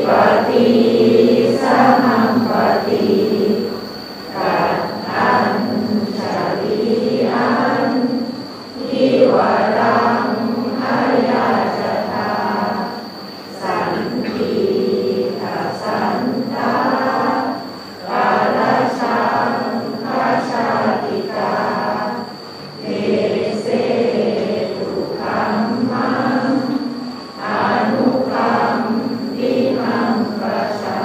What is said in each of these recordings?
ปฏิสหังปฏิกัตถันจริยันทิวรังหายาจตาสันติทัสสันตากาลชังคาชาติกาเตเสตุคัมมังอนุคัมปิมังประชา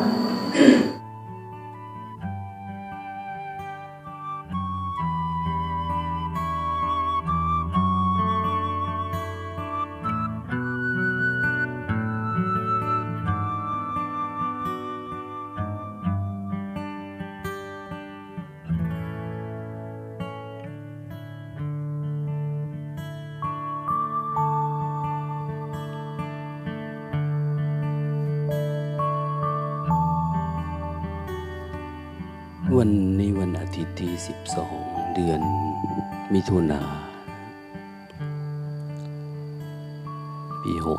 วันนี้วันอาทิตย์ที่12เดือนมิถุนาปี65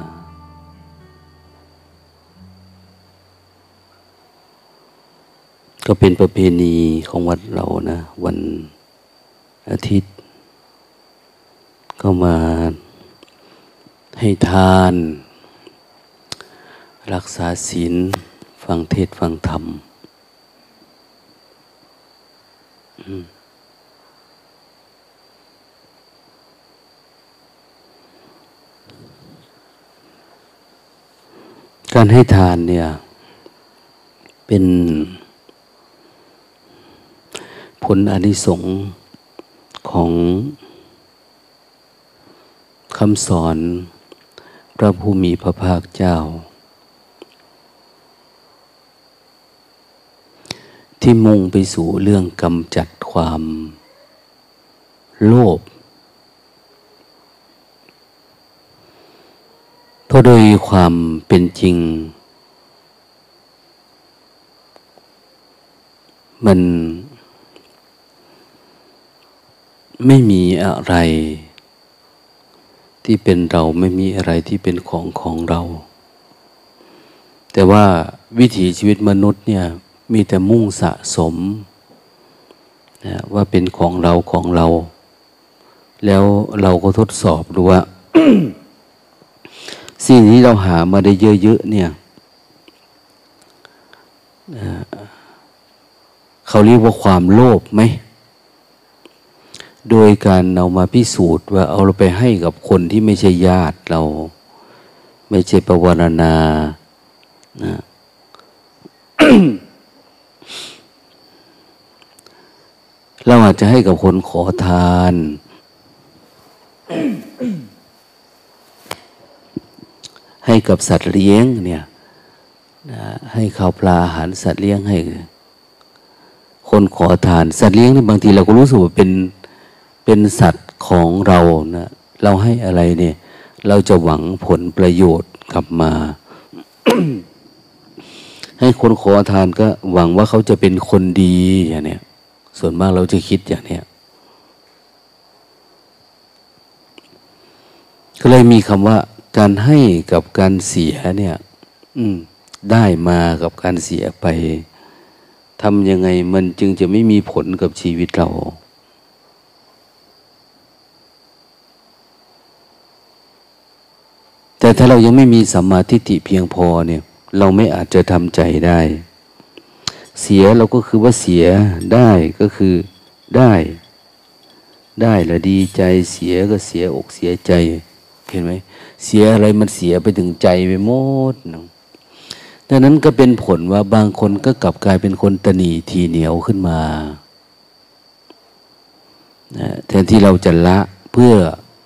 ก็เป็นประเพณีของวัดเรานะวันอาทิตย์ก็มาให้ทานรักษาศีลฟังเทศน์ฟังธรรมการให้ทานเนี่ยเป็นผลอานิสงส์ของคำสอนพระผู้มีพระภาคเจ้าที่มุ่งไปสู่เรื่องกำจัดความโลภเพราะโดยความเป็นจริงมันไม่มีอะไรที่เป็นเราไม่มีอะไรที่เป็นของเราแต่ว่าวิถีชีวิตมนุษย์เนี่ยมีแต่มุ่งสะสมนะว่าเป็นของเราแล้วเราก็ทดสอบดูว่า สิ่งที่เราหามาได้เยอะๆเนี่ยเขาเรียกว่าความโลภไหมโดยการเอามาพิสูจน์ว่าเอาเราไปให้กับคนที่ไม่ใช่ญาติเราไม่ใช่ปวารณานะ เราอาจจะให้กับคนขอทาน ให้กับสัตว์เลี้ยงเนี่ยให้ข้าวปลาอาหารสัตว์เลี้ยงให้คนขอทานสัตว์เลี้ยงนี่บางทีเราก็รู้สึกว่าเป็นสัตว์ของเรานะเราให้อะไรเนี่ยเราจะหวังผลประโยชน์กลับมา ให้คนขอทานก็หวังว่าเขาจะเป็นคนดีอย่างเนี้ยส่วนมากเราจะคิดอย่างเนี้ยก็เลยมีคำว่าการให้กับการเสียเนี่ยได้มากับการเสียไปทำยังไงมันจึงจะไม่มีผลกับชีวิตเราแต่ถ้าเรายังไม่มีสัมมาทิฏฐิเพียงพอเนี่ยเราไม่อาจจะทำใจได้เสียเราก็คือว่าเสียได้ก็คือได้แล้วดีใจเสียก็เสียอกเสียใจเห็นไหมเสียอะไรมันเสียไปถึงใจไปหมดดังนั้นก็เป็นผลว่าบางคนก็กลับกลายเป็นคนตนีทีเหนียวขึ้นมาแทนที่เราจะละเพื่อ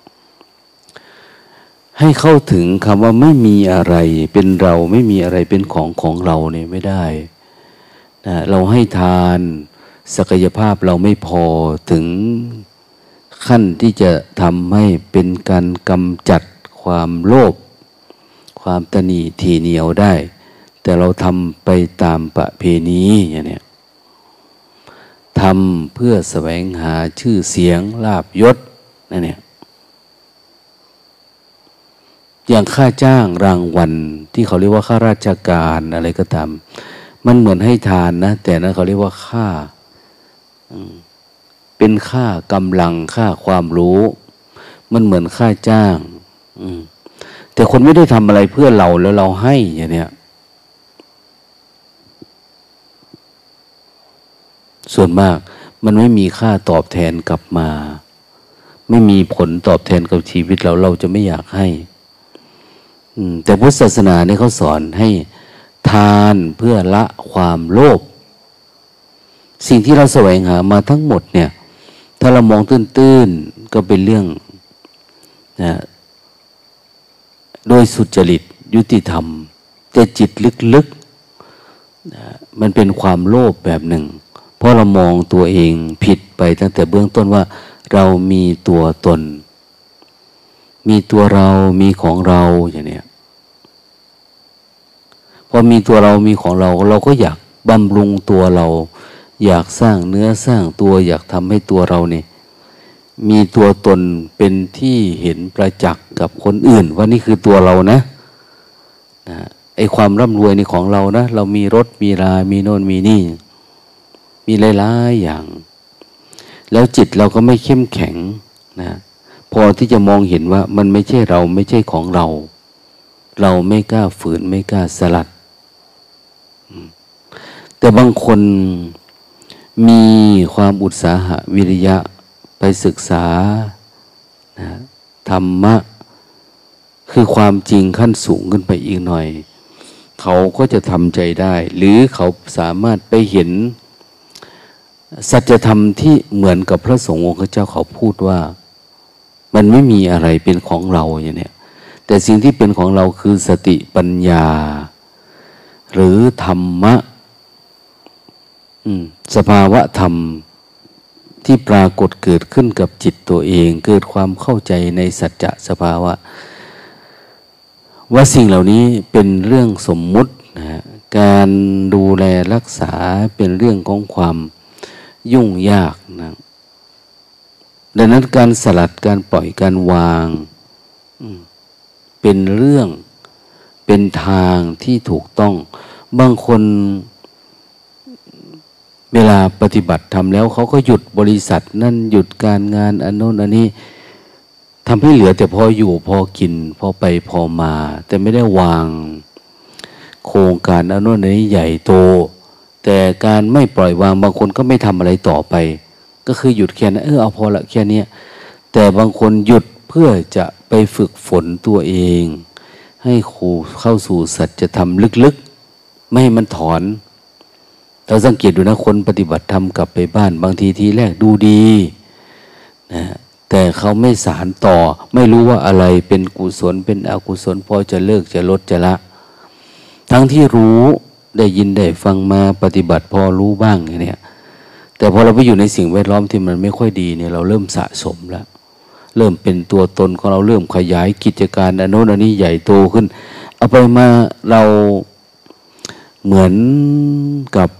ให้เข้าถึงคำว่าไม่มีอะไรเป็นเราไม่มีอะไรเป็นของเราเนี่ยไม่ได้นะเราให้ทานศักยภาพเราไม่พอถึงขั้นที่จะทำให้เป็นการกำจัดความโลภความตนีทีเหนียวได้แต่เราทำไปตามประเพณีอย่างเนี้ยทำเพื่อแสวงหาชื่อเสียงลาภยศนั่นเนี่ยอย่างค่าจ้างรางวัลที่เขาเรียกว่าค่าราชการอะไรก็ตามมันเหมือนให้ทานนะแต่นั้นเขาเรียกว่าค่าเป็นค่ากำลังค่าความรู้มันเหมือนค่าจ้างแต่คนไม่ได้ทำอะไรเพื่อเราแล้วเราให้อย่างเนี้ยส่วนมากมันไม่มีค่าตอบแทนกลับมาไม่มีผลตอบแทนกับชีวิตเราจะไม่อยากให้แต่พุทธศาสนาเนี่ยเขาสอนให้ทานเพื่อละความโลภสิ่งที่เราแสวงหามาทั้งหมดเนี่ยถ้าเรามองตื้นๆก็เป็นเรื่องนะโดยสุจริตยุติธรรมแต่จิตลึกๆนะมันเป็นความโลภแบบหนึ่งเพราะเรามองตัวเองผิดไปตั้งแต่เบื้องต้นว่าเรามีตัวตนมีตัวเรามีของเราอย่างเนี้ยพอมีตัวเรามีของเราเราก็อยากบำรุงตัวเราอยากสร้างเนื้อสร้างตัวอยากทำให้ตัวเราเนี่ยมีตัวตนเป็นที่เห็นประจักษ์กับคนอื่นว่านี่คือตัวเรานะไอ้ความร่ำรวยในของเรานะเรามีรถมีรามีโน่นมีนี่มีหลายๆอย่างแล้วจิตเราก็ไม่เข้มแข็งนะพอที่จะมองเห็นว่ามันไม่ใช่เราไม่ใช่ของเราเราไม่กล้าฝืนไม่กล้าสลัดแต่บางคนมีความอุตสาหะวิริยะไปศึกษานะธรรมะคือความจริงขั้นสูงขึ้นไปอีกหน่อยเขาก็จะทำใจได้หรือเขาสามารถไปเห็นสัจธรรมที่เหมือนกับพระสงฆ์องค์เจ้าเขาพูดว่ามันไม่มีอะไรเป็นของเราอย่างเนี้ยแต่สิ่งที่เป็นของเราคือสติปัญญาหรือธรรมะสภาวะธรรมที่ปรากฏเกิดขึ้นกับจิตตัวเองเกิดความเข้าใจในสัจจะสภาวะว่าสิ่งเหล่านี้เป็นเรื่องสมมุตินะการดูแลรักษาเป็นเรื่องของความยุ่งยากนะดังนั้นการสลัดการปล่อยการวางเป็นเรื่องเป็นทางที่ถูกต้องบางคนเวลาปฏิบัติทำแล้วเขาก็หยุดบริษัทนั่นหยุดการงานอันโน้นอันนี้ทำให้เหลือแต่พออยู่พอกินพอไปพอมาแต่ไม่ได้วางโครงการอันโน้นอันนี้ใหญ่โตแต่การไม่ปล่อยวางบางคนก็ไม่ทำอะไรต่อไปก็คือหยุดแค่นั้นเอาพอละแค่นี้แต่บางคนหยุดเพื่อจะไปฝึกฝนตัวเองให้เข้าสู่สัจธรรมลึกๆไม่ให้มันถอนเราสังเกตดูนะคนปฏิบัติธรรมกลับไปบ้านบางทีทีแรกดูดีนะแต่เขาไม่สานต่อไม่รู้ว่าอะไรเป็นกุศลเป็นอกุศลพอจะเลิกจะลดจะละทั้งที่รู้ได้ยินได้ฟังมาปฏิบัติพอรู้บ้างอย่างเนี้ยแต่พอเราไปอยู่ในสิ่งแวดล้อมที่มันไม่ค่อยดีเนี่ยเราเริ่มสะสมแล้วเริ่มเป็นตัวตนของเราเริ่มขยายกิจการอันโน้นอันนี้ใหญ่โตขึ้นเอาไปมาเราเหมือนกับ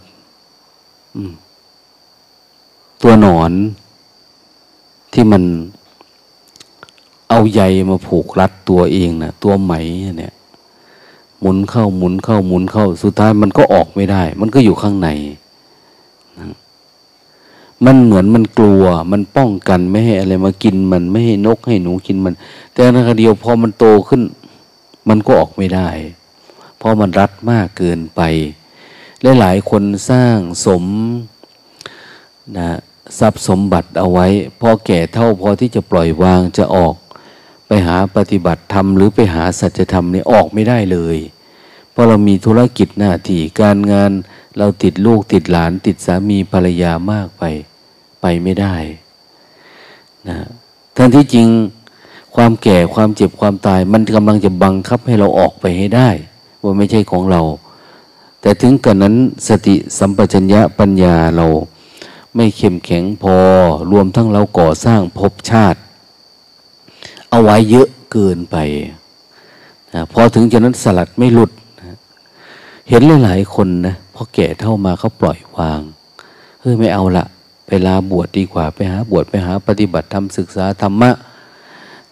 ตัวหนอนที่มันเอาใยมาผูกรัดตัวเองนะตัวไหมเนี่ยหมุนเข้าหมุนเข้าหมุนเข้าสุดท้ายมันก็ออกไม่ได้มันก็อยู่ข้างในนะมันเหมือนมันกลัวมันป้องกันไม่ให้อะไรมากินมันไม่ให้นกให้หนูกินมันแต่ในขณะเดียวพอมันโตขึ้นมันก็ออกไม่ได้เพราะมันรัดมากเกินไปหลายๆคนสร้างสมนะทรัพย์สมบัติเอาไว้พอแก่เท่าพอที่จะปล่อยวางจะออกไปหาปฏิบัติธรรมหรือไปหาสัจธรรมนี่ออกไม่ได้เลยเพราะเรามีธุรกิจหน้าที่การงานเราติดลูกติดหลานติดสามีภรรยามากไปไม่ได้นะทั้งที่จริงความแก่ความเจ็บความตายมันกำลังจะบังคับให้เราออกไปให้ได้ว่าไม่ใช่ของเราแต่ถึงกระนั้นสติสัมปชัญญะปัญญาเราไม่เข้มแข็งพอรวมทั้งเราก่อสร้างภพชาติเอาไว้เยอะเกินไปนะพอถึงจากนั้นสลัดไม่หลุดนะเห็นหลายๆคนนะพอแก่เท่ามาเขาปล่อยวางไม่เอาละไปลาบวชดีกว่าไปหาบวชไปหาปฏิบัติธรรมศึกษาธรรมะ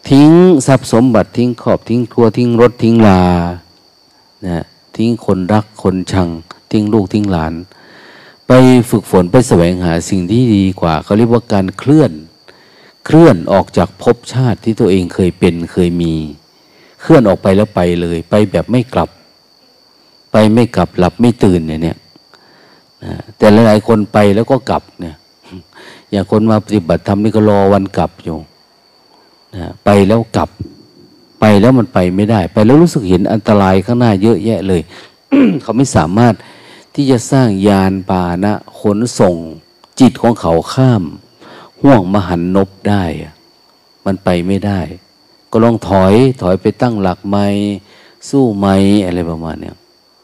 ทิ้งทรัพย์สมบัติทิ้งครอบทิ้งครัวทิ้งรถทิ้งลานะทิ้งคนรักคนชังทิ้งลูกทิ้งหลานไปฝึกฝนไปแสวงหาสิ่งที่ดีกว่าเขาเรียกว่าการเคลื่อนออกจากภพชาติที่ตัวเองเคยเป็นเคยมีเคลื่อนออกไปแล้วไปเลยไปแบบไม่กลับไปไม่กลับหลับไม่ตื่นเนี่ยนะแต่หลายๆคนไปแล้วก็กลับเนี่ยอย่างคนมาปฏิบัติธรรมนี่ก็รอวันกลับอยู่นะไปแล้วกลับไปแล้วมันไปไม่ได้ไปแล้วรู้สึกเห็นอันตรายข้างหน้าเยอะแยะเลย เขาไม่สามารถที่จะสร้างยานพาหนะขนส่งจิตของเขาข้ามห่วงมหันนบได้มันไปไม่ได้ก็ลองถอยไปตั้งหลักใหม่สู้ใหม่อะไรประมาณเนี้ย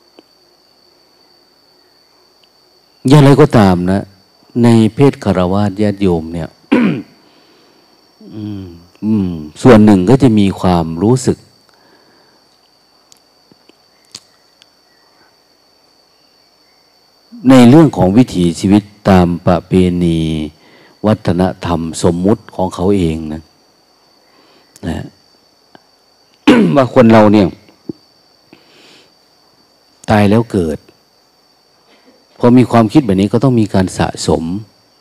อย่างไรก็ตามนะในเพศฆราวาสญาติโยมเนี่ย ส่วนหนึ่งก็จะมีความรู้สึกในเรื่องของวิถีชีวิตตามประเพณีวัฒนธรรมสมมุติของเขาเองนะ ว่าคนเราเนี่ยตายแล้วเกิดพอมีความคิดแบบนี้ก็ต้องมีการสะสม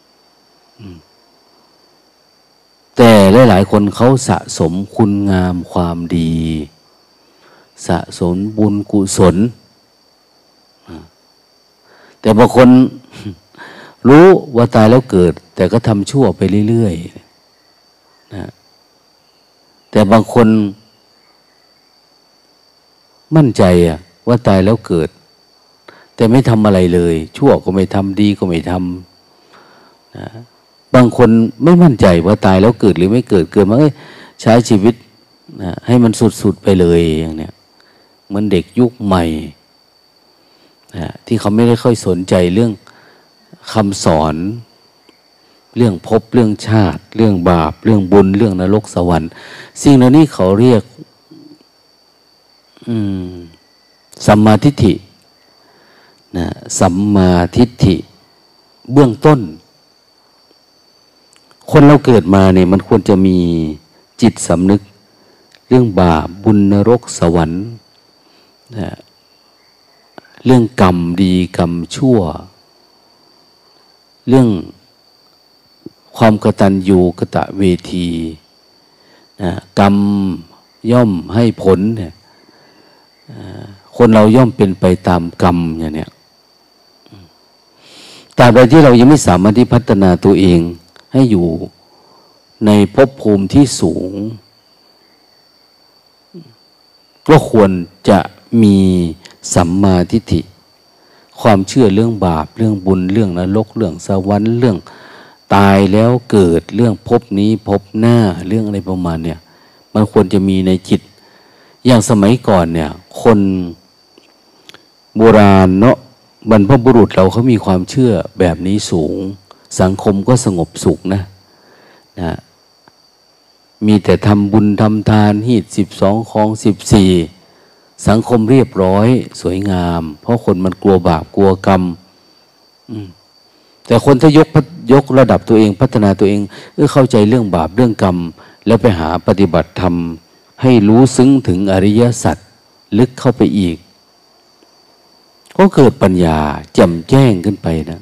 แต่หลายๆคนเขาสะสมคุณงามความดีสะสมบุญกุศลแต่บางคนรู้ว่าตายแล้วเกิดแต่ก็ทำชั่วไปเรื่อยๆนะแต่บางคนมั่นใจว่าตายแล้วเกิดแต่ไม่ทำอะไรเลยชั่วก็ไม่ทำดีก็ไม่ทำนะบางคนไม่มั่นใจว่าตายแล้วเกิดหรือไม่เกิดมาใช้ชีวิตนะให้มันสุดๆไปเลยอย่างเนี้ยเหมือนเด็กยุคใหม่นะที่เขาไม่ได้ค่อยสนใจเรื่องคำสอนเรื่องภพเรื่องชาติเรื่องบาปเรื่องบุญเรื่องนรกสวรรค์สิ่งเหล่านี้เขาเรียกสัมมาทิฏฐินะสัมมาทิฏฐิเบื้องต้นคนเราเกิดมาเนี่ยมันควรจะมีจิตสำนึกเรื่องบาปบุญนรกสวรรค์นะเรื่องกรรมดีกรรมชั่วเรื่องความกตัญญูกตเวทีนะกรรมย่อมให้ผลเนี่ยคนเราย่อมเป็นไปตามกรรมอย่างเนี้ยตราบใดที่เรายังไม่สามารถที่พัฒนาตัวเองให้อยู่ในภพภูมิที่สูงก็ควรจะมีสัมมาทิฏฐิความเชื่อเรื่องบาปเรื่องบุญเรื่องนรกเรื่องสวรรค์เรื่องตายแล้วเกิดเรื่องภพนี้ภพหน้าเรื่องอะไรประมาณเนี่ยมันควรจะมีในจิตอย่างสมัยก่อนเนี่ยคนโบราณเนาะบรรพบุรุษเราเขามีความเชื่อแบบนี้สูงสังคมก็สงบสุขนะมีแต่ทำบุญทำทานหีด12ของ14สังคมเรียบร้อยสวยงามเพราะคนมันกลัวบาปกลัวกรรมแต่คนถ้ายกระดับตัวเองพัฒนาตัวเองเข้าใจเรื่องบาปเรื่องกรรมแล้วไปหาปฏิบัติธรรมให้รู้ซึ้งถึงอริยสัจลึกเข้าไปอีกก็เกิดปัญญาแจ่มแจ้งขึ้นไปนะ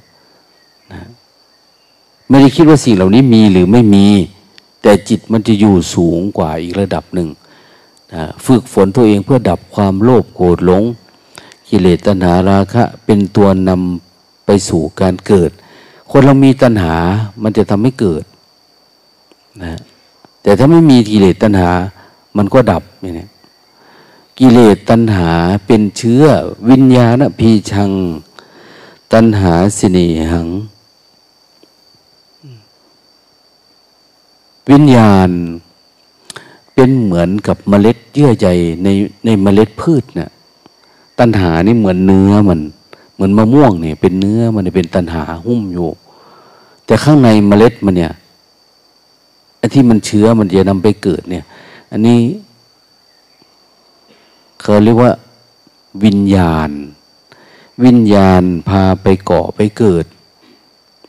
ไม่ได้คิดว่าสิ่งเหล่านี้มีหรือไม่มีแต่จิตมันจะอยู่สูงกว่าอีกระดับหนึ่งฝึกฝนตัวเองเพื่อดับความโลภโกรธหลงกิเลสตัณหาราคะเป็นตัวนำไปสู่การเกิดคนเรามีตัณหามันจะทำให้เกิดนะแต่ถ้าไม่มีกิเลสตัณหามันก็ดับเนี่ยกิเลสตัณหาเป็นเชื้อวิญญาณพีชังตัณหาสิเนหังวิญญาณเป็นเหมือนกับเมล็ดเยื่อใยในเมล็ดพืชน่ะตัณหานี่เหมือนเนื้อมันเหมือนมะม่วงเนี่ยเป็นเนื้อมันเป็นตัณหาหุ้มอยู่แต่ข้างในเมล็ดมันเนี่ยไอ้ที่มันเชื้อมันจะนำไปเกิดเนี่ยอันนี้เขาเรียกว่าวิญญาณพาไปก่อไปเกิด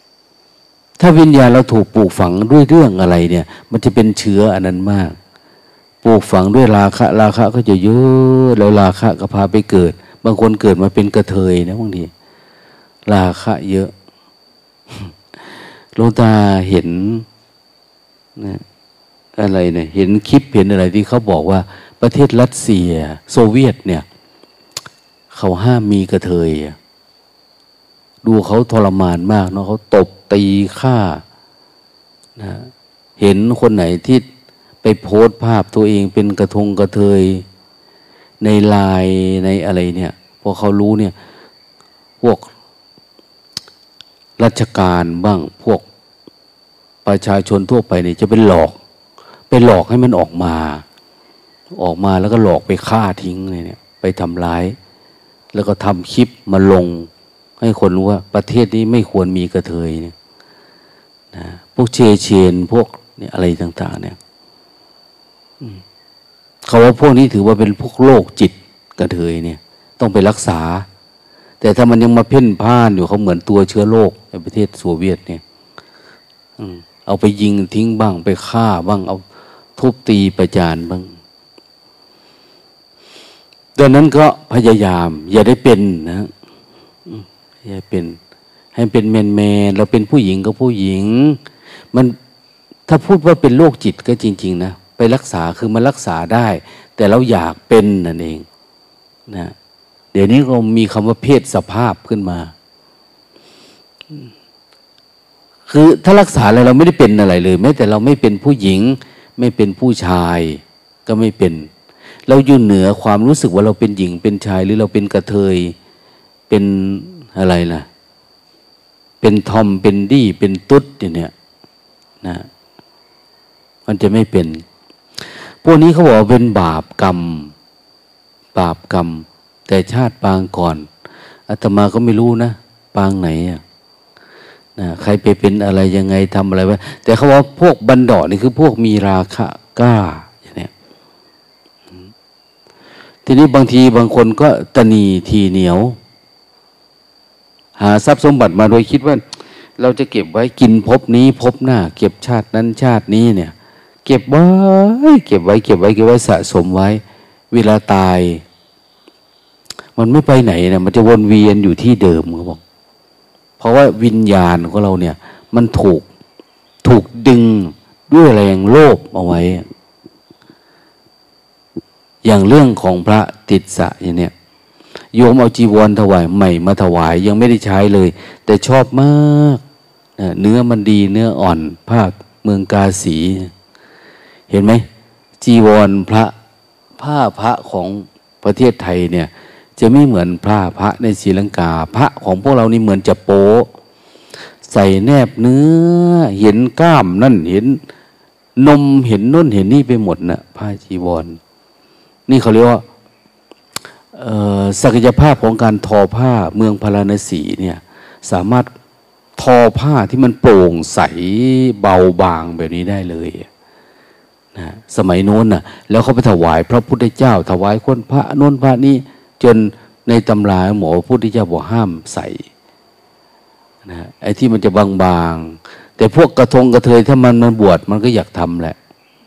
ถ้าวิญญาณเราถูกปลูกฝังด้วยเรื่องอะไรเนี่ยมันจะเป็นเชื้ออันนั้นมากปลูกฝังด้วยราคะราคะก็จะเยอะแล้วราคะก็พาไปเกิดบางคนเกิดมาเป็นกระเทยนะบางทีราคะเยอะหลวงตาเห็นนะอะไรเนี่ยเห็นคลิปเห็นอะไรที่เขาบอกว่าประเทศรัสเซียโซเวียตเนี่ยเขาห้ามมีกระเทยดูเขาทรมานมากเนาะเขาตบตีฆ่านะเห็นคนไหนที่ไปโพสต์ภาพตัวเองเป็นกระเทยในไลน์ในอะไรเนี่ยพอเขารู้เนี่ยพวกราชการบ้างพวกประชาชนทั่วไปเนี่ยจะเป็นหลอกให้มันออกมาแล้วก็หลอกไปฆ่าทิ้งเนี่ยไปทำร้ายแล้วก็ทำคลิปมาลงให้คนรู้ว่าประเทศนี้ไม่ควรมีกระเทยเนี่ยนะพวกเชนพวกเนี่ยอะไรต่างๆเนี่ยเขาว่าพวกนี้ถือว่าเป็นพวกโรคจิตกระเทยเนี่ยต้องไปรักษาแต่ถ้ามันยังมาเพ่นพ่านอยู่เขาเหมือนตัวเชื้อโรคในประเทศโซเวียตเนี่ยเอาไปยิงทิ้งบ้างไปฆ่าบ้างเอาทุบตีประจานบ้างดังนั้นก็พยายามอย่าได้เป็นนะอย่าเป็นให้เป็นแมนเราเป็นผู้หญิงก็ผู้หญิงมันถ้าพูดว่าเป็นโรคจิตก็จริงๆนะไปรักษาคือมันรักษาได้แต่เราอยากเป็นนั่นเองนะเดี๋ยวนี้ก็มีคำว่าเพศสภาพขึ้นมาคือถ้ารักษาอะไรเราไม่ได้เป็นอะไรเลยแม้แต่เราไม่เป็นผู้หญิงไม่เป็นผู้ชายก็ไม่เป็นเราอยู่เหนือความรู้สึกว่าเราเป็นหญิงเป็นชายหรือเราเป็นกระเทยเป็นอะไรล่ะเป็นทอมเป็นดี้เป็นตุ๊ดอย่างเนี้ยนะมันจะไม่เป็นพวกนี้เขาบอกว่าเป็นบาปกรรมแต่ชาติปางก่อนอาตมาก็ไม่รู้นะปางไหนนะใครไปเป็นอะไรยังไงทำอะไรไว้แต่เขาว่าพวกบันดาลนี่คือพวกมีราคะกล้าอย่างนี้ทีนี้บางทีบางคนก็ตนีทีเหนียวหาทรัพย์สมบัติมาโดยคิดว่าเราจะเก็บไว้กินภพนี้ภพหน้าเก็บชาตินั้นชาตินี้เนี่ยเก็บไว้สะสมไว้เวลาตายมันไม่ไปไหนนะมันจะวนเวียนอยู่ที่เดิมเขาบอกเพราะว่าวิญญาณของเราเนี่ยมันถูกดึงด้วยแรงโลภเอาไว้อย่างเรื่องของพระติสสะอย่างเนี้ยโยมเอาจีวรถวายใหม่มาถวายยังไม่ได้ใช้เลยแต่ชอบมากเนื้อมันดีเนื้ออ่อนภาคเมืองกาสีเห็นไหมจีวรผ้าพระของประเทศไทยเนี่ยจะไม่เหมือนผ้าพระในศรีลังกาพระของพวกเรานี่เหมือนจะโป๊ใส่แนบเนื้อเห็นกล้ามนั่นเห็นนมเห็นนู่นเห็นนี่ไปหมดนะผ้าจีวรนี่เขาเรียกว่าศักยภาพของการทอผ้าเมืองพาราณสีเนี่ยสามารถทอผ้าที่มันโปร่งใสเบาบางแบบนี้ได้เลยนะสมัยโน้นน่ะแล้วเขาไปถวายพระพุทธเจ้าถวายคนพระโน้นพระนี้จนในตำราหมอพระพุทธเจ้าบอกห้ามใส่นะไอ้ที่มันจะบางๆแต่พวกกระเทยถ้ามันบวชมันก็อยากทำแหละ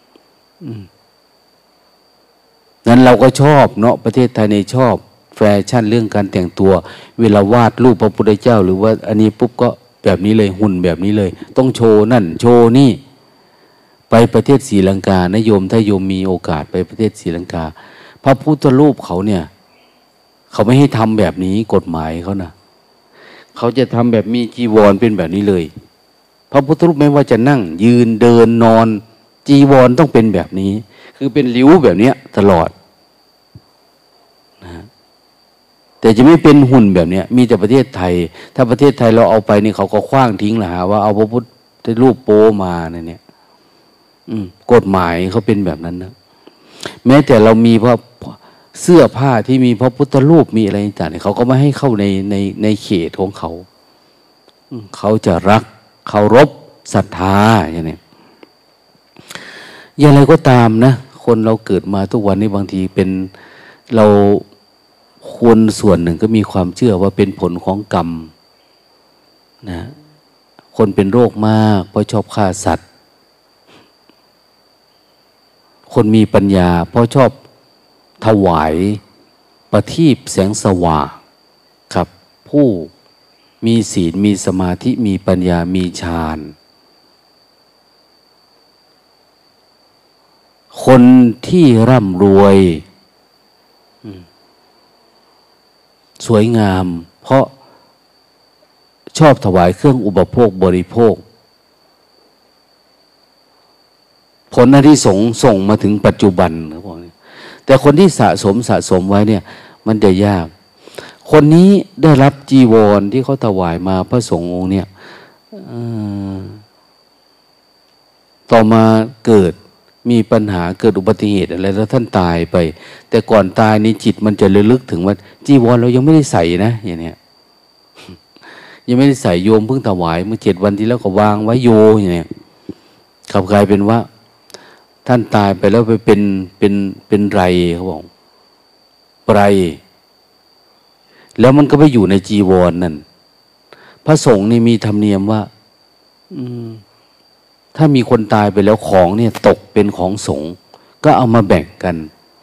นั้นเราก็ชอบเนาะประเทศไทยในชอบแฟชั่นเรื่องการแต่งตัวเวลาวาดรูปพระพุทธเจ้าหรือว่าอันนี้ปุ๊บก็แบบนี้เลยหุ่นแบบนี้เลยต้องโชว์นั่นโชว์นี่ไปประเทศศรีลังกานะโยมถ้าโยมมีโอกาสไปประเทศศรีลังกาพระพุทธรูปเขาเนี่ยเขาไม่ให้ทำแบบนี้กฎหมายเขานะเขาจะทำแบบมีจีวรเป็นแบบนี้เลยพระพุทธรูปไม่ว่าจะนั่งยืนเดินนอนจีวรต้องเป็นแบบนี้คือเป็นริ้วแบบนี้ตลอดนะแต่จะไม่เป็นหุ่นแบบนี้มีแต่ประเทศไทยถ้าประเทศไทยเราเอาไปนี่เขาก็คว้างทิ้งละว่าเอาพระพุทธรูปโป๊มาเนี่ยกฎหมายเขาเป็นแบบนั้นนะแม้แต่เรามีพระเสื้อผ้าที่มีพระพุทธรูปมีอะไรต่างๆเขาก็ไม่ให้เข้าในเขตของเขาเขาจะรักเคารพศรัทธาอย่างนี้อย่างไรก็ตามนะคนเราเกิดมาทุกวันนี้บางทีเป็นเราคนส่วนหนึ่งก็มีความเชื่อว่าเป็นผลของกรรมนะคนเป็นโรคมากเพราะชอบฆ่าสัตว์คนมีปัญญาเพราะชอบถวายประทีปแสงสว่างครับผู้มีศีลมีสมาธิมีปัญญามีฌานคนที่ร่ำรวยสวยงามเพราะชอบถวายเครื่องอุปโภคบริโภคผลอานิสงส์ส่งมาถึงปัจจุบันเขาบอกแต่คนที่สะสมไว้เนี่ยมันจะยากคนนี้ได้รับจีวรที่เขาถวายมาพระสงฆ์องค์เนี่ยต่อมาเกิดมีปัญหาเกิดอุบัติเหตุอะไรแล้วท่านตายไปแต่ก่อนตายนี่จิตมันจะระลึกถึงว่าจีวรเรายังไม่ได้ใส่นะอย่างเนี้ยยังไม่ได้ใส่โยมเพิ่งถวายเมื่อ7 วันที่แล้วก็วางไว้โยอย่างเนี้ยขับกลายเป็นว่าท่านตายไปแล้วไปเป็นไรเขาบอกไรแล้วมันก็ไปอยู่ในจีวรนั่นพระสงฆ์นี่มีธรรมเนียมว่าถ้ามีคนตายไปแล้วของเนี่ยตกเป็นของสงฆ์ก็เอามาแบ่งกัน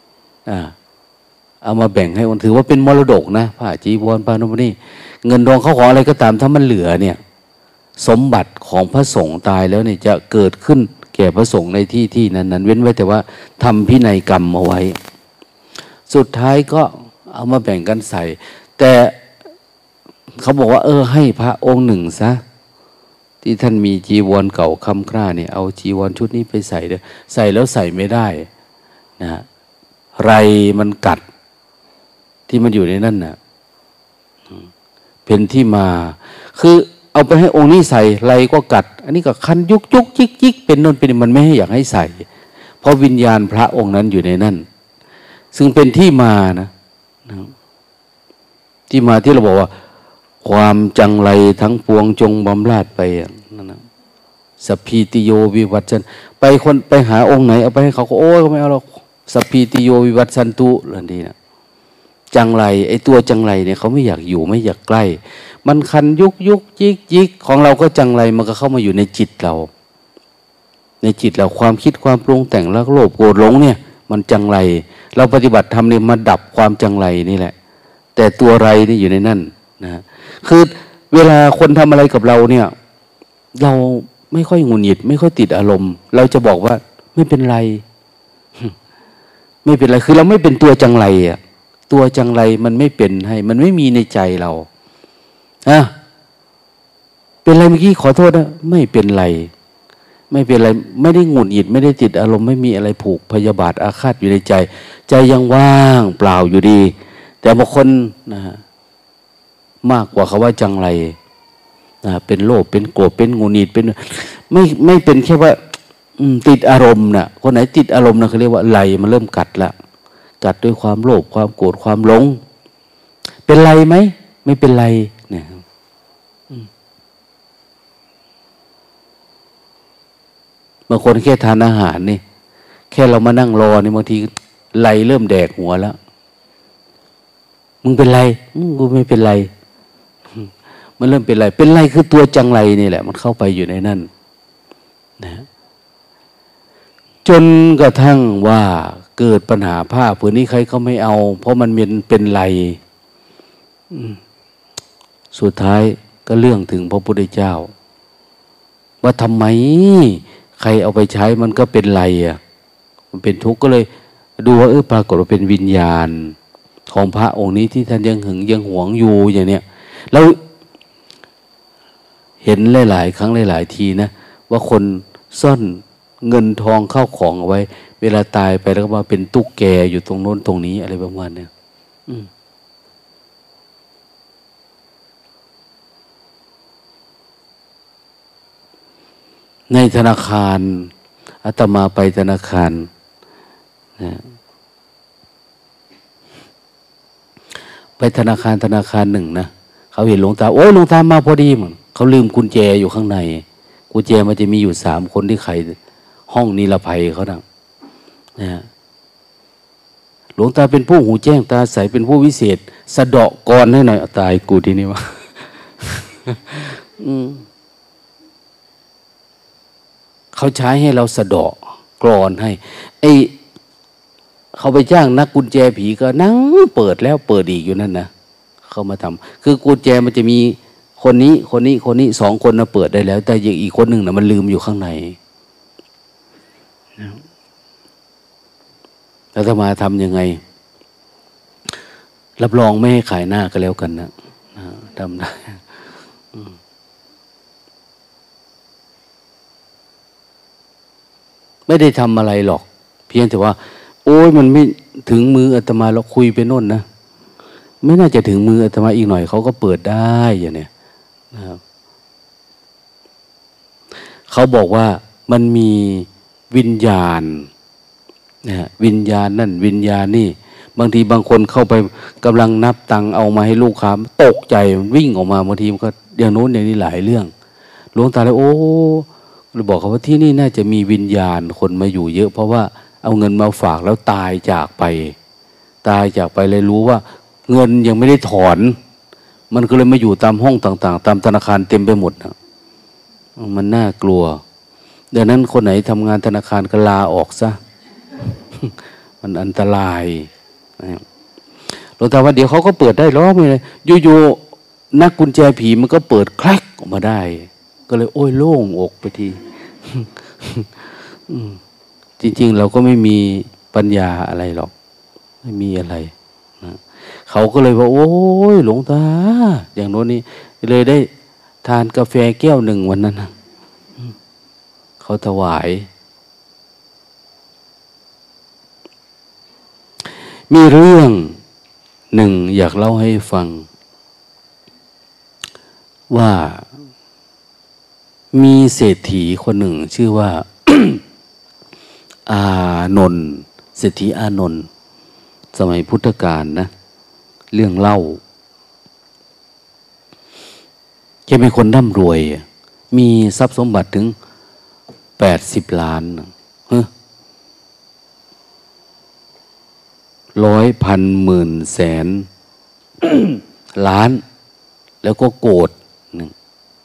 เอามาแบ่งให้คนถือว่าเป็นมรดกนะผ้าจีวรผ้านุ่มนี่เงินทองเขาของอะไรก็ตามถ้ามันเหลือเนี่ยสมบัติของพระสงฆ์ตายแล้วเนี่ยจะเกิดขึ้นแก่พระสงฆ์ในที่นั้นเว้นไว้แต่ว่าทำพินัยกรรมเอาไว้สุดท้ายก็เอามาแบ่งกันใส่แต่เขาบอกว่าให้พระองค์หนึ่งซะที่ท่านมีจีวรเก่าค่ำคร่าเนี่ยเอาจีวรชุดนี้ไปใส่เด้อใส่แล้วใส่ไม่ได้นะไรมันกัดที่มันอยู่ในนั่นน่ะเป็นที่มาคือเอาไปให้องค์นี้ใส่ไรก็กัดอันนี้ก็คันยุกจิกเป็นน่นเป็นมันไม่ให้อยากให้ใส่เพราะวิญญาณพระองค์นั้นอยู่ในนั่นซึ่งเป็นที่มานะที่มาที่เราบอกว่าความจังไรทั้งปวงจงบำราดไปนั่นนะสัพพีติโยวิวัตชันไปคนไปหาองค์ไหนเอาไปให้เขาก็โอ้ยเขาไม่เอาหรอกสัพพีติโยวิวัตชันตุนั่นดีนะจังไรไอ้ตัวจังไรเนี่ยเขาไม่อยากอยู่ไม่อยากใกล้มันคันยุกจิกของเราก็จังไรมันก็เข้ามาอยู่ในจิตเราในจิตเราความคิดความปรุงแต่งรักโลภโกรธหลงเนี่ยมันจังไรเราปฏิบัติธรรมเนี่ยมาดับความจังไรนี่แหละแต่ตัวไรนี่อยู่ในนั่นนะคือเวลาคนทำอะไรกับเราเนี่ยเราไม่ค่อยหงุดหงิดไม่ค่อยติดอารมณ์เราจะบอกว่าไม่เป็นไรไม่เป็นไรคือเราไม่เป็นตัวจังไรอ่ะตัวจังไรมันไม่เป็นให้มันไม่มีในใจเราเป็นไรเมื่อกี้ขอโทษนะไม่เป็นไรไม่เป็นไรไม่ได้หงุดหงิดไม่ได้ติดอารมณ์ไม่มีอะไรผูกพยาบาทอาฆาตอยู่ในใจใจยังว่างเปล่าอยู่ดีแต่บางคนนะมากกว่าคำว่าจังไรเป็นโลภเป็นโกรธเป็นหงุดหงิดเป็นไม่เป็นแค่ว่าติดอารมณ์นะคนไหนติดอารมณ์นะเขาเรียกว่าไหลมันเริ่มกัดละกัดด้วยความโลภความโกรธความหลงเป็นไรไหมไม่เป็นไรเนี่ยบางคนแค่ทานอาหารนี่แค่เรามานั่งรอนี่บางทีไหลเริ่มแดกหัวแล้วมึงเป็นไรกูไม่เป็นไรมันเริ่มเป็นไรคือตัวจังไรนี่แหละมันเข้าไปอยู่ในนั่นนะจนกระทั่งว่าเกิดปัญหาผ้าผืนนี้ใครก็ไม่เอาเพราะมันเป็นไรสุดท้ายก็เรื่องถึงพระพุทธเจ้าว่าทำไมใครเอาไปใช้มันก็เป็นไรอ่ะมันเป็นทุกข์ก็เลยดูว่าปรากฏว่าเป็นวิญญาณของพระองค์นี้ที่ท่านยังหึงยังหวงอยู่อย่างเนี้ยแล้วเห็นหลายๆครั้งหลายๆทีนะว่าคนซ่อนเงินทองเข้าของเอาไว้เวลาตายไปแล้วก็มาเป็นตุ๊กแกอยู่ตรงโน้นตรงนี้อะไรประมาณนี้ในธนาคารอาตมาไปธนาคารนะไปธนาคารหนึ่งนะเขาเห็นหลวงตาโอ้ยหลวงตามาพอดีเหมือนเขาลืมกุญแจอยู่ข้างในกุญแจมันจะมีอยู่3 คนที่ไขห้องนิรภัยเขานะหลวงตาเป็นผู้หูแจ้งตาใสเป็นผู้วิเศษสะเดาะกรให้หน่อยตายกูทีนี้วะ เขาใช้ให้เราสะเดาะกรอนให้ไอ้เขาไปจ้างนักกุญแจผีก็นั่งเปิดแล้วเปิดอีกอยู่นั่นนะเขามาทำคือกุญแจมันจะมีคนนี้สองคนนะเปิดได้แล้วแต่อีกคนหนึ่งนะมันลืมอยู่ข้างในแล้วจะมาทำยังไงรับรองไม่ให้ขายหน้าก็แล้วกันนะทำได้ไม่ได้ทำอะไรหรอกเพียงแต่ว่าโอ้ยมันไม่ถึงมืออาตมาเราคุยไปโน่นนะไม่น่าจะถึงมืออาตมาอีกหน่อยเขาก็เปิดได้อย่างเนี้ยนะครับเขาบอกว่ามันมีวิญญาณนะวิญญาณนั่นวิญญาณนี่บางทีบางคนเข้าไปกำลังนับตังเอามาให้ลูกค้าตกใจวิ่งออกมาบางทีมันก็อย่างโน้นอย่างนี้หลายเรื่องหลวงตาเลยโอ้เราบอกเขาว่าที่นี่น่าจะมีวิญญาณคนมาอยู่เยอะเพราะว่าเอาเงินมาฝากแล้วตายจากไปเลยรู้ว่าเงินยังไม่ได้ถอนมันก็เลยมาอยู่ตามห้องต่างๆตามธนาคารเต็มไปหมดนะมันน่ากลัวดังนั้นคนไหนทำงานธนาคารก็ลาออกซะ มันอันตรายหลวงตาว่าเดี๋ยวเขาก็เปิดได้ล้อไม่เลยอยู่ๆนักกุญแจผีมันก็เปิดแคลกออกมาได้ก็เลยโอ้ยโล่งอกไปทีจริงๆเราก็ไม่มีปัญญาอะไรหรอกไม่มีอะไรนะเขาก็เลยว่าโอ้ยหลวงตาอย่างโน้นนี่เลยได้ทานกาแฟแก้วหนึ่งวันนั้นนะเขาถวายมีเรื่องหนึ่งอยากเล่าให้ฟังว่ามีเศรษฐีคนหนึ่งชื่อว่า อานนท์เศรษฐีอานนท์สมัยพุทธกาลนะเรื่องเล่าแกเป็นคนร่ำรวยมีทรัพย์สมบัติถึง80 ล้านร้อยพันหมื่นแสน ล้านแล้วก็โกรธหนึ่ง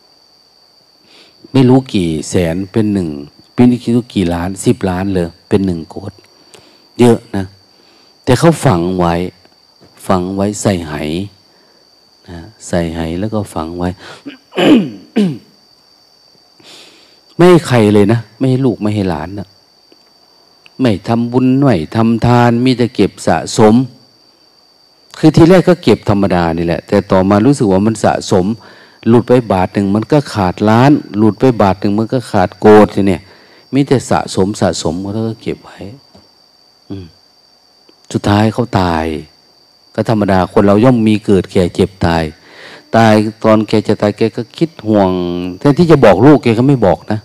ไม่รู้กี่แสนเป็นหนึ่งเป็นคิดว่ากี่ล้าน10 ล้านเลยเป็นหนึ่งโกรธเยอะนะแต่เขาฝังไว้ใส่ไหนะใส่ไหแล้วก็ฝังไว้ ไม่ให้ใครเลยนะไม่ให้ลูกไม่ให้หลานนะไม่ทำบุญไม่ทำทานมีแต่เก็บสะสมคือทีแรกก็เก็บธรรมดานี่แหละแต่ต่อมารู้สึกว่ามันสะสมหลุดไปบาทหนึ่งมันก็ขาดล้านหลุดไปบาทหนึ่งมันก็ขาดโกดเนี่ยมีแต่สะสมแล้วก็เก็บไว้สุดท้ายเขาตายก็ธรรมดาคนเราย่อมมีเกิดแก่เจ็บตายตอนแกจะตายแกก็คิดห่วงแทนที่จะบอกลูกแกก็ไม่บอกนะ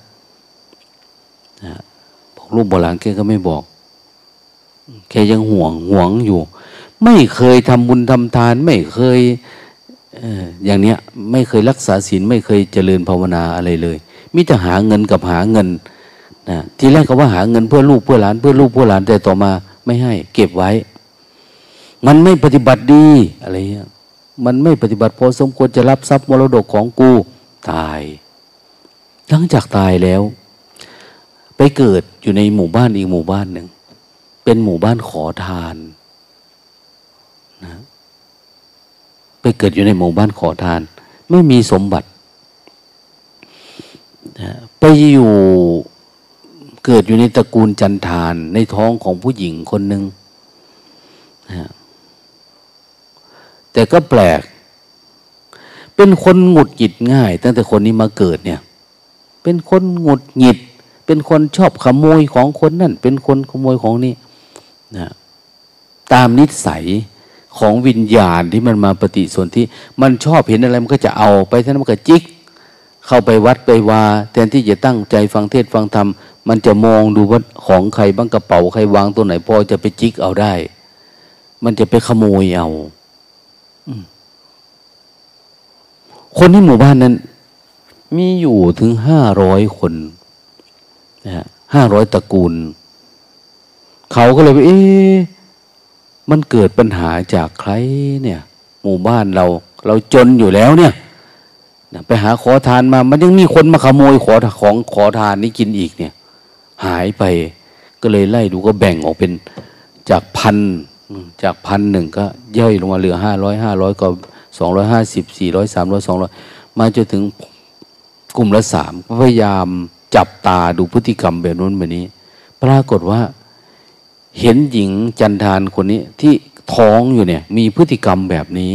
บอกลูกบอกหลานแกก็ไม่บอกแกยังห่วงอยู่ไม่เคยทำบุญทำทานไม่เคยอย่างเนี้ยไม่เคยรักษาศีลไม่เคยเจริญภาวนาอะไรเลยมิแต่หาเงินกับหาเงินนะทีแรกก็ว่าหาเงินเพื่อลูกเพื่อหลานเพื่อลูกเพื่อหลานแต่ต่อมาไม่ให้เก็บไว้มันไม่ปฏิบัติดีอะไรเงี้ยมันไม่ปฏิบัติพอสมควรจะรับทรัพย์มรดกของกูตายหลังจากตายแล้วไปเกิดอยู่ในหมู่บ้านอีกหมู่บ้านหนึ่งเป็นหมู่บ้านขอทานนะไปเกิดอยู่ในหมู่บ้านขอทานไม่มีสมบัตินะไปอยู่เกิดอยู่ในตระกูลจันทานในท้องของผู้หญิงคนหนึ่งนะแต่ก็แปลกเป็นคนหงุดหงิดง่ายตั้งแต่คนนี้มาเกิดเนี่ยเป็นคนหงุดหงิดเป็นคนชอบขโมยของคนนั่นเป็นคนขโมยของนี่นะตามนิสัยของวิญญาณที่มันมาปฏิสนธิมันชอบเห็นอะไรมันก็จะเอาไปท่านมันก็จิกเข้าไปวัดไปวาแทนที่จะตั้งใจฟังเทศน์ฟังธรรมมันจะมองดูว่าของใครบ้างกระเป๋าใครวางตัวไหนพอจะไปจิกเอาได้มันจะไปขโมยเอาคนที่หมู่บ้านนั้นมีอยู่ถึง500 คนนะ500 ตระกูลเขาก็เลยว่ามันเกิดปัญหาจากใครเนี่ยหมู่บ้านเราจนอยู่แล้วเนี่ยไปหาขอทานมามันยังมีคนมาขโมยขอทานนี่กินอีกเนี่ยหายไปก็เลยไล่ดูก็แบ่งออกเป็นจาก1,000ก็ย่อยลงมาเหลือ500ก็250 400 300 200มาจนถึงกลุ่มละ3ก็พยายามจับตาดูพฤติกรรมแบบนู้นแบบนี้ปรากฏว่าเห็นหญิงจันทานคนนี้ที่ท้องอยู่เนี่ยมีพฤติกรรมแบบนี้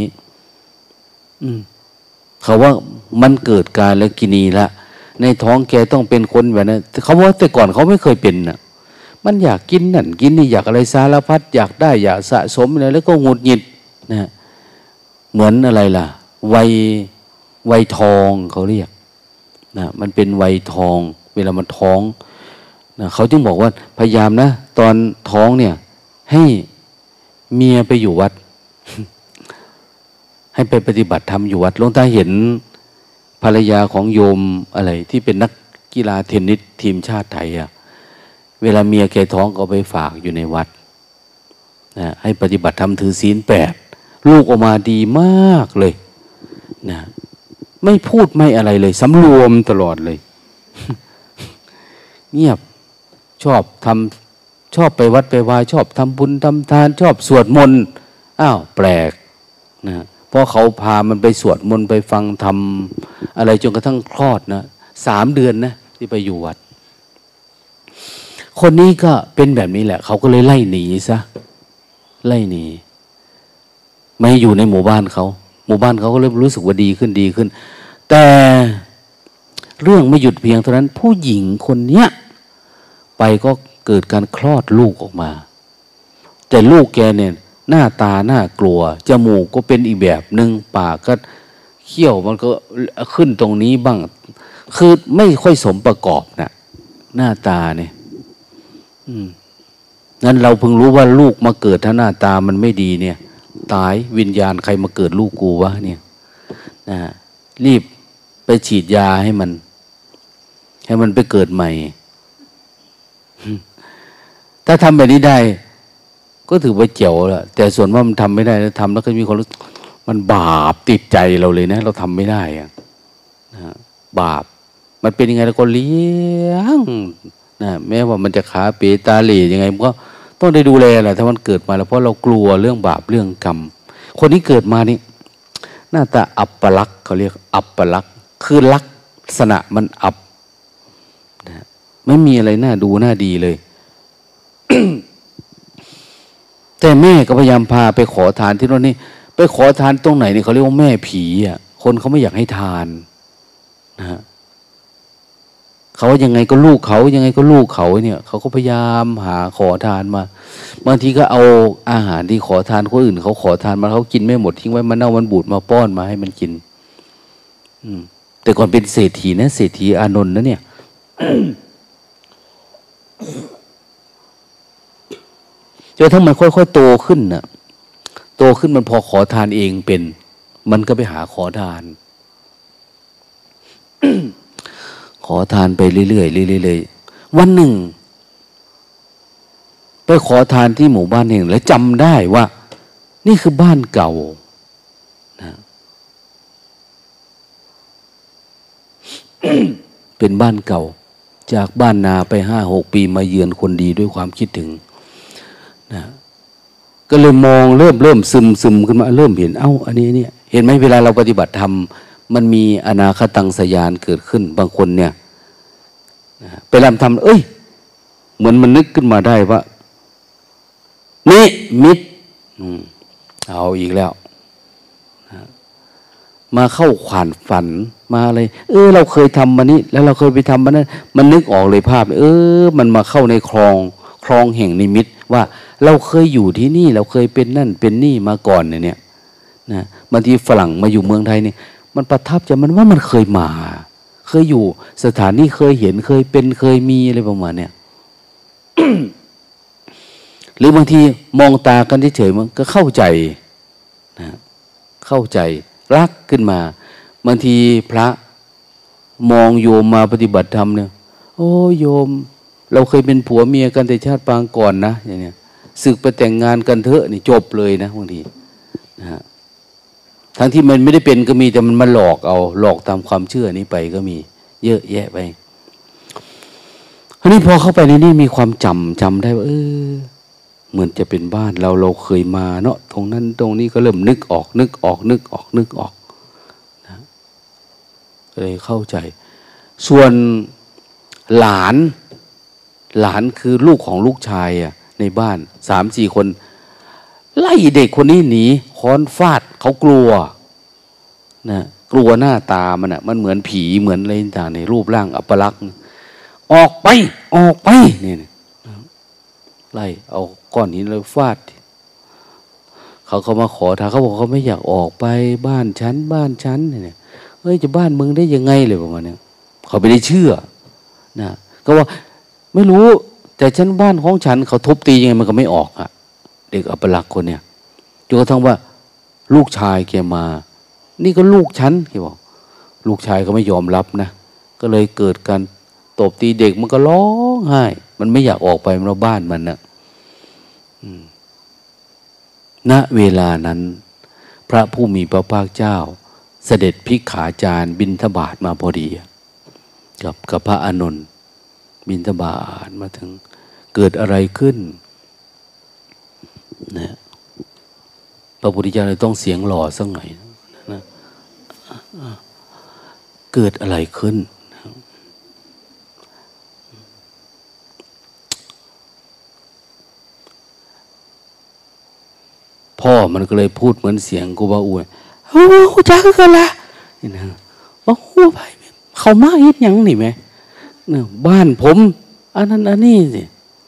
เขาว่ามันเกิดการแล้วกินีละในท้องแกต้องเป็นคนแบบนั้นเขาว่าแต่ก่อนเขาไม่เคยเป็นน่ะมันอยากกินนั่นกินนี่อยากอะไรสารพัดอยากได้อยากสะสมอะไรแล้วก็หงุดหงิดนะเหมือนอะไรล่ะวัยทองเขาเรียกนะมันเป็นวัยทองเวลามันท้องนะเขาจึงบอกว่าพยายามนะตอนท้องเนี่ยให้เมียไปอยู่วัด ให้ไปปฏิบัติธรรมอยู่วัดหลวงตาเห็นภรรยาของโยมอะไรที่เป็นนักกีฬาเทนนิสทีมชาติไทยอะเวลาเมียแกท้องก็ไปฝากอยู่ในวัดนะให้ปฏิบัติธรรมถือศีล8ลูกออกมาดีมากเลยนะไม่พูดไม่อะไรเลยสำรวมตลอดเลย เงียบชอบไปวัดไปวาชอบทำบุญทำทานชอบสวดมนต์อ้าวแปลกนะเพราะเขาพามันไปสวดมนต์ไปฟังธรรมอะไรจนกระทั่งคลอดนะ3 เดือนนะที่ไปอยู่วัดคนนี้ก็เป็นแบบนี้แหละเขาก็เลยไล่หนีซะไล่หนีไม่อยู่ในหมู่บ้านเขาก็เริ่มรู้สึกว่าดีขึ้นแต่เรื่องไม่หยุดเพียงเท่านั้นผู้หญิงคนเนี้ยไปก็เกิดการคลอดลูกออกมาแต่ลูกแกเนี่ยหน้าตาน่ากลัวจมูกก็เป็นอีกแบบนึงปากก็เขี้ยวมันก็ขึ้นตรงนี้บ้างคือไม่ค่อยสมประกอบนะหน้าตาเนี่ยนั้นเราเพิ่งรู้ว่าลูกมาเกิดถ้าหน้าตามันไม่ดีเนี่ยตายวิญญาณใครมาเกิดลูกกูวะเนี่ยนะรีบไปฉีดยาให้มันไปเกิดใหม่ถ้าทำแบบนี้ได้ก็ถือว่าเจ๋วแล้วแต่ส่วนว่ามันทำไม่ได้แล้วทำแล้วก็มีความรู้มันบาปติดใจเราเลยนะเราทำไม่ได้อะนะบาปมันเป็นยังไงเราก็เลี้ยงนะแม้ว่ามันจะขาเปตาเหล่ยังไงมันก็ต้องได้ดูแลแหละถ้ามันเกิดมาแล้วเพราะเรากลัวเรื่องบาปเรื่องกรรมคนที่เกิดมานี่หน้าตาอัปปลักษณ์เขาเรียกอัปปลักษณ์คือลักษณะมันอับนะไม่มีอะไรน่าดูน่าดีเลย แต่แม่ก็พยายามพาไปขอทานที่โน่นนี่ไปขอทานตรงไหนนี่เขาเรียกว่าแม่ผีอ่ะคนเขาไม่อยากให้ทานนะฮะเขายังไงก็ลูกเขายังไงก็ลูกเขาเนี่ยเขาก็พยายามหาขอทานมาบางทีก็เอาอาหารที่ขอทานคนอื่นเขาขอทานมาเขากินไม่หมดทิ้งไว้มันเน่ามันบูดมาป้อนมาให้มันกินแต่ก่อนเป็นเศรษฐีนะเศรษฐีอานนท์นะเนี่ย จนทั้งมันค่อยๆโตขึ้นน่ะโตขึ้นมันพอขอทานเองเป็นมันก็ไปหาขอทาน ขอทานไปเรื่อยๆเรื่อยๆวันหนึ่งไปขอทานที่หมู่บ้านแห่งแล้วจำได้ว่านี่คือบ้านเก่านะ เป็นบ้านเก่าจากบ้านนาไป5-6 ปีมาเยือนคนดีด้วยความคิดถึงนะก็เลยมองเริ่มซึมขึ้นมาเริ่มเห็นอันนี้เนี่ยเห็นไหมเวลาเราปฏิบัติธรรมมันมีอนาคตังสยานเกิดขึ้นบางคนเนี่ยนะไปรำทำเหมือนมันนึกขึ้นมาได้ว่านี่มิตรเอาอีกแล้วนะมาเข้าขวานฝันมาอะไรเราเคยทำมานี้แล้วเราเคยไปทำมานั้นมันนึกออกเลยภาพมันมาเข้าในคลองแห่งนิมิตว่าเราเคยอยู่ที่นี่เราเคยเป็นนั่นเป็นนี่มาก่อนเนี่ยนะบางทีฝรั่งมาอยู่เมืองไทยนี่มันประทับใจมันว่ามันเคยมาเคยอยู่สถานที่เคยเห็นเคยเป็นเคยมีอะไรประมาณเนี่ย หรือบางทีมองตากันเฉยๆมันก็เข้าใจนะเข้าใจรักขึ้นมาบางทีพระมองโยมมาปฏิบัติธรรมเนี่ยโอ้โยมเราเคยเป็นผัวเมียกันแต่ชาติปางก่อนนะอย่างเนี้ยสึกไปแต่งงานกันเถอะนี่จบเลยนะบางทีนะฮะทั้งที่มันไม่ได้เป็นก็มีแต่มันมาหลอกตามความเชื่อนี้ไปก็มีเยอะแยะไปอันนี้พอเข้าไปในนี่มีความจำได้ว่าเหมือนจะเป็นบ้านเราเคยมาเนาะตรงนั้นตรงนี้ก็เริ่มนึกออกนะเลยเข้าใจส่วนหลานคือลูกของลูกชายอ่ะในบ้าน 3-4 คนไล่เด็กคนนี้หนีค้อนฟาดเขากลัวนะกลัวหน้าตามันอ่ะมันเหมือนผีเหมือนอะไรต่างในรูปร่างอัปลักษณ์ออกไปนี่ไล่เอาก้อนหินเลยฟาดเขามาขอทางเขาบอกเขาไม่อยากออกไปบ้านฉันเนี่ยเฮ้ยจะบ้านมึงได้ยังไงเลยประมาณนี้เขาไม่ได้เชื่อนะก็ว่าไม่รู้แต่ฉันบ้านของฉันเขาทุบตียังไงมันก็ไม่ออกอะเด็กอัปลักษณ์คนเนี้ยจนกระทั่งว่าลูกชายแกมานี่ก็ลูกฉันแกบอกลูกชายก็ไม่ยอมรับนะก็เลยเกิดการตบตีเด็กมันก็ร้องไห้มันไม่อยากออกไปมันบ้านมันนะณเวลานั้นพระผู้มีพระภาคเจ้าเสด็จภิกขาจารย์บิณฑบาตมาพอดีกับพระอานนท์บิณฑบาตมาถึงเกิดอะไรขึ้นนะพระพุทธเจ้าเลยต้องเสียงหล่อสักหน่อยนะเกิดอะไรขึ้นพ่อมันก็เลยพูดเหมือนเสียงกูบาอวยโอ้จ้ากันละนี่นะว่าโอ้ไปเขามาอีกอย่างนี่ไหมเนี่ยบ้านผมอันนั้นอันนี้สิ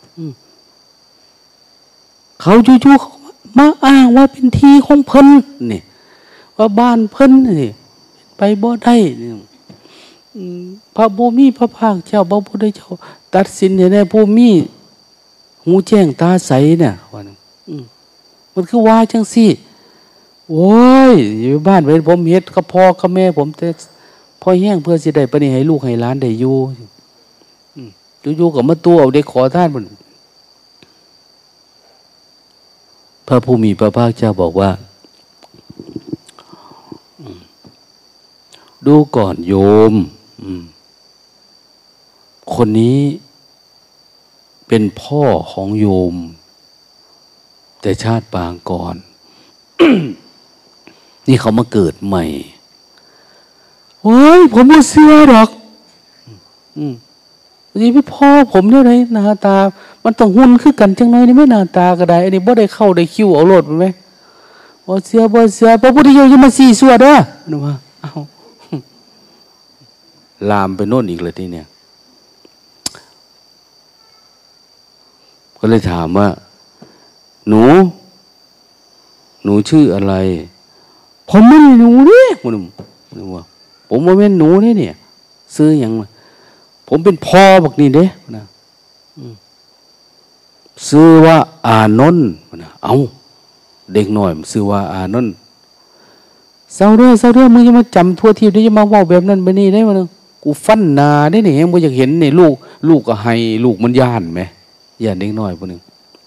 เขาจู่ๆเขามาอ้างว่าเป็นที่ของเพิ่นนี่ว่าบ้านเพิ่นนี่ไปบ่ได้นี่พระภูมิพระภาคเจ้าพระพุทธเจ้าตัดสินในภูมิหูแจ้งตาใสเนี่ยว่ามันคือว่าจังสิโว้ยอยู่บ้านเป็นผมเฮ็ดกับพ่อกับแม่ผมแต่พ่อแห้งเพื่อสิได้ปณิให้ลูกให้หลานได้อยู่อยู่ๆกับมาตัวเอาเด็กขอทานมันพระผู้มีพระภาคเจ้าบอกว่าดูก่อนโยมคนนี้เป็นพ่อของโยมแต่ชาติปางก่อน นี่เขามาเกิดใหม่โอ้ยผมไม่เชื่อหรอกนี่พี่พ่อผมเนี่ยไรหน้าตามันต้องหุ่นคือกันจังเลยนี่ไม่หน้าตาก็ได้อันนี้บ่ได้เข้าได้คิ้วเอาโลดไหมบ่เชื่อพระพุทธเจ้าจะมาสี่ส่วนเด้อนึกว่าเอาลามไปโน่นอีกเลยทีเนี่ยก็เลยถามว่าหนูชื่ออะไรผมไม่หนูเนี่ยมันว่าผมว่าเป็นหนูเนี่ยซื้ออย่างผมเป็นพ่อบักนี่เด้นะซื้อว่าอานนท์นะเอาเด็กหน่อยมันซื้อว่าอานนท์เศร้าเด้อมึงจะมาจำทั่วทีได้จะมาว่าแบบนั้นไปนี่ได้มั้งกูฟันนาได้เนี่ยมึงอยากเห็นเนี่ยลูกก็ให้ลูกมันย่านไหมย่านเด็กน้อยพวกนึง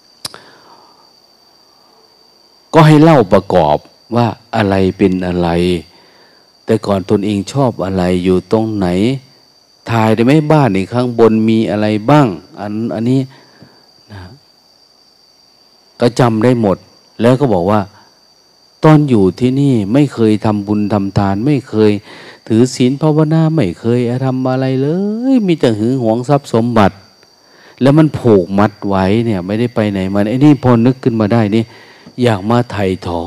ก็ให้เล่าประกอบว่าอะไรเป็นอะไรแต่ก่อนตนเองชอบอะไรอยู่ตรงไหนถ่ายได้ไหมบ้านนี่ข้างบนมีอะไรบ้างอันนี้นะก็จำได้หมดแล้วก็บอกว่าตอนอยู่ที่นี่ไม่เคยทำบุญทำทานไม่เคยถือศีลภาวนาไม่เคยทำอะไรเลยมีแต่หึงหวงทรัพย์สมบัติแล้วมันผูกมัดไว้เนี่ยไม่ได้ไปไหนมันไอ้นี่พอนึกขึ้นมาได้นี่อยากมาไถ่ถอน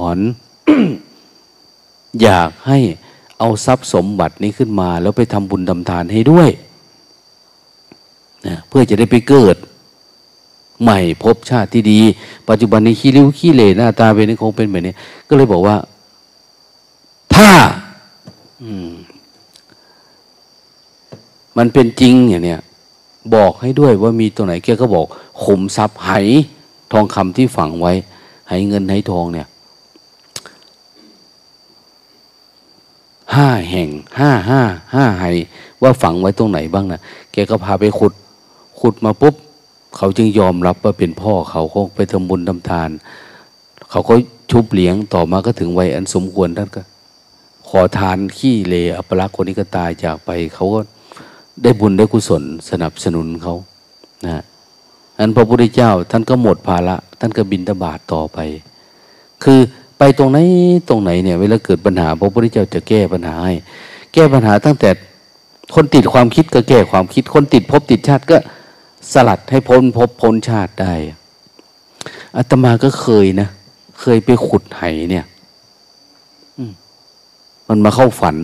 อยากให้เอาทรัพย์สมบัตินี้ขึ้นมาแล้วไปทำบุญทำทานให้ด้วยนะเพื่อจะได้ไปเกิดใหม่พบชาติที่ดีปัจจุบันนี้ขี้ริ้วขี้เหร่หน้าตาเป็นคงเป็นแบบนี้ก็เลยบอกว่าถ้ามันเป็นจริงอย่างเนี้ยบอกให้ด้วยว่ามีตัวไหนแกก็บอกขุมทรัพย์ไหทองคำที่ฝังไว้ไหเงินไหทองเนี่ย5 แห่ง5 ไหว่าฝังไว้ตรงไหนบ้างนะแกก็พาไปขุดมาปุ๊บเขาจึงยอมรับว่าเป็นพ่อเขาไปทำบุญทำทานเขาก็ชุบเลี้ยงต่อมาก็ถึงวัยอันสมควรท่านก็ขอทานขี้เลอัปลักษณ์คนนี้ก็ตายจากไปเขาก็ได้บุญได้กุศลสนับสนุนเขานะอันพระพุทธเจ้าท่านก็หมดภาระท่านก็บิณฑบาตต่อไปคือไปตรงไหนตรงไหนเนี่ยเวลาเกิดปัญหาพระพุทธเจ้าจะแก้ปัญหาให้แก้ปัญหาตั้งแต่คนติดความคิดก็แก้ความคิดคนติดภพติดชาติก็สลัดให้พ้นภพพ้นชาติได้อาตมาก็เคยนะเคยไปขุดไหเนี่ยมันมาเข้าฝัน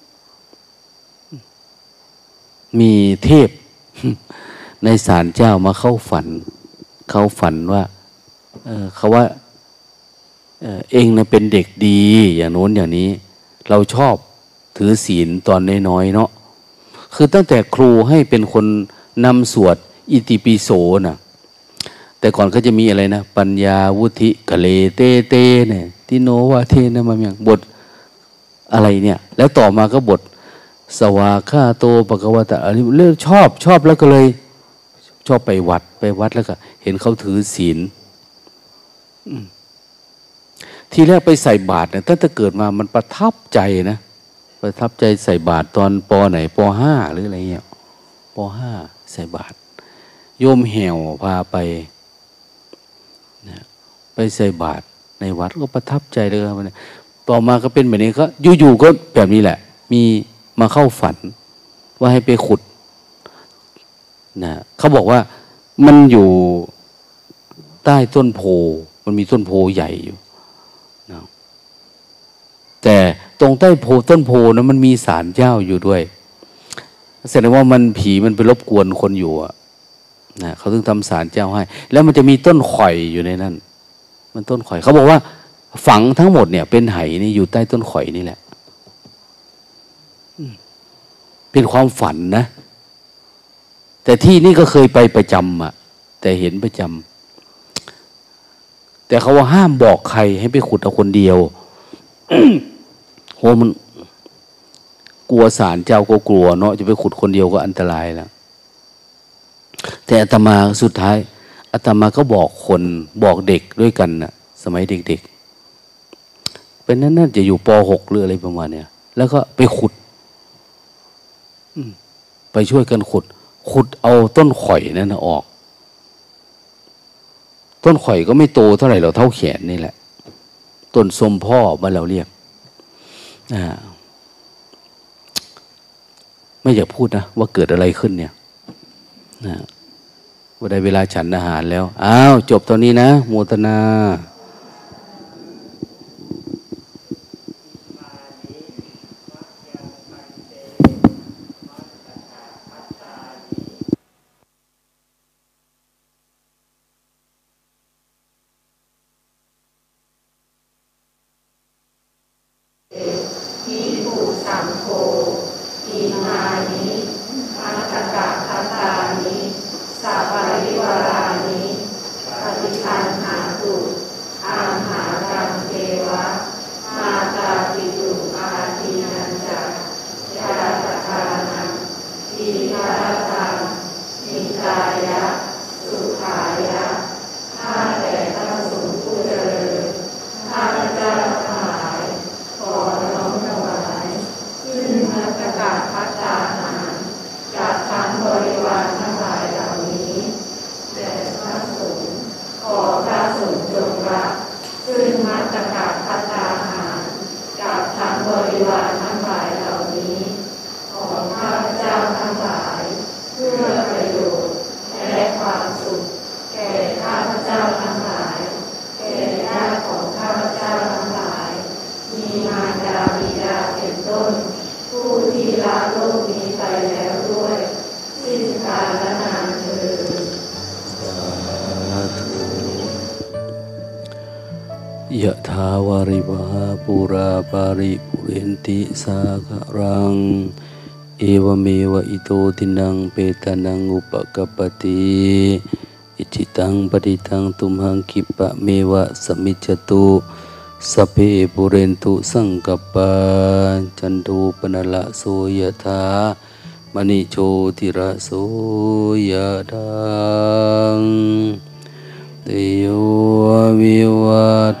มีเทพในศาลเจ้ามาเข้าฝันเขาฝันว่าเขาว่าเองนะเป็นเด็กดีอย่างโน้นอย่างนี้เราชอบถือศีลตอนน้อยๆเนาะคือตั้งแต่ครูให้เป็นคนนำสวดอิติปิโสนะแต่ก่อนก็จะมีอะไรนะปัญญาวุธิกะเลเตเตเนี่ยติโนวาเทนะมาอย่างบทอะไรเนี่ยแล้วต่อมาก็บทสวาคาโตปะกวตะอะไรเรื่องชอบแล้วก็เลยชอบไปวัดแล้วก็เห็นเขาถือศีลทีแรกไปใส่บาตรเนี่ยตั้งแต่เกิดมามันประทับใจนะประทับใจใส่บาตรตอนป.ไหนป.5หรืออะไรเงี้ยป.5ใส่บาตรโยมแหวพาไปนะไปใส่บาตรในวัดก็ประทับใจเลยครับต่อมาก็เป็นแบบนี้ก็อยู่ๆก็แบบนี้แหละมีมาเข้าฝันว่าให้ไปขุดนะเขาบอกว่ามันอยู่ใต้ต้นโพมันมีต้นโพใหญ่อยู่นะแต่ตรงใต้โพต้นโพนะมันมีศาลเจ้าอยู่ด้วยแสดงว่ามันผีมันไปรบกวนคนอยู่นะเขาถึงทำศาลเจ้าให้แล้วมันจะมีต้นข่อยอยู่ในนั้นมันต้นข่อยเขาบอกว่าฝังทั้งหมดเนี่ยเป็นไหนี่อยู่ใต้ต้นข่อยนี่แหละเป็นความฝันนะแต่ที่นี่ก็เคยไปประจำอ่ะแต่เห็นประจำแต่เขาว่าห้ามบอกใครให้ไปขุดเอาคนเดียว โหมันกลัวศาลเจ้าก็กลัวเนาะจะไปขุดคนเดียวก็อันตรายแล้วแต่อาตมาสุดท้ายอาตมาก็บอกคนบอกเด็กด้วยกันนะสมัยเด็กๆเป็นนั้นน่าจะอยู่ป.6หรืออะไรประมาณเนี้ยแล้วก็ไปขุดไปช่วยกันขุดเอาต้นข่อยนั่นนะออกต้นข่อยก็ไม่โตเท่าไหร่เราเท่าแขนนี่แหละต้นสมพ่อบ้านเราเรียกไม่อยากพูดนะว่าเกิดอะไรขึ้นเนี่ยว่าได้เวลาฉันอาหารแล้วอ้าวจบตอนนี้นะโมทนาภิกขุสังโฆอิมานิมัตตกะทัตตานิสัพพะริวารานิปฏิคันหาตุอาหารังเทวะมาตาปิตุอาทินันจะยาตทานังทีฆาตังนิกายะสุขายะข้าแต่พระสงฆ์ผู้เจริญข้าพเจ้าทั้งหลายขอน้อมถวายซึ่งภัตตกะภัตตาหารจากทั้งบริวารทั้งหลายเหล่านี้แด่พระสงฆ์ขอพระสงฆ์จงรับซึ่งภัตตกะภัตตาหารจากทั้งบริวารทั้งหลายเหล่านี้ของข้าพเจ้าทั้งหลายเพื่อประโยชน์และความสุขแก่ข้าพเจ้าทั้งหลายแก่ญาติของข้าพเจ้าทั้งหลายมีมารดาบิดาเป็นต้นผู้ที่ละโลกนี้ไปแล้วด้วยสิ้นกาลนานเทอญยะถาวาริวหาปุราปาริปุเรนติสาคารังเอวเมวะอิโตทินังเปตานังอุปกัปปติอิจิตังปฏิตังตุมหังคิปะเมวะสมิจจตุสัพเพปุเรนตุสังกัปปะจันโทปนละโสยะถามณิโชติระโสยะถาเตโยวิวัต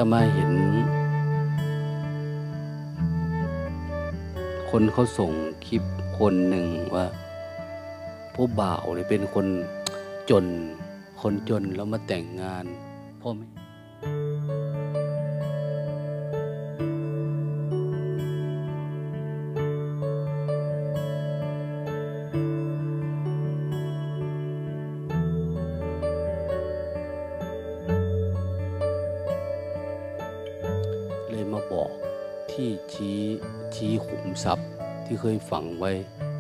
มาเห็นคนเขาส่งคลิปคนหนึ่งว่าผู้บ่าวเนี่ยเป็นคนจนแล้วมาแต่งงานพ่อแม่เลยมาบอกที่ชี้ขุมทรัพย์ที่เคยฝังไว้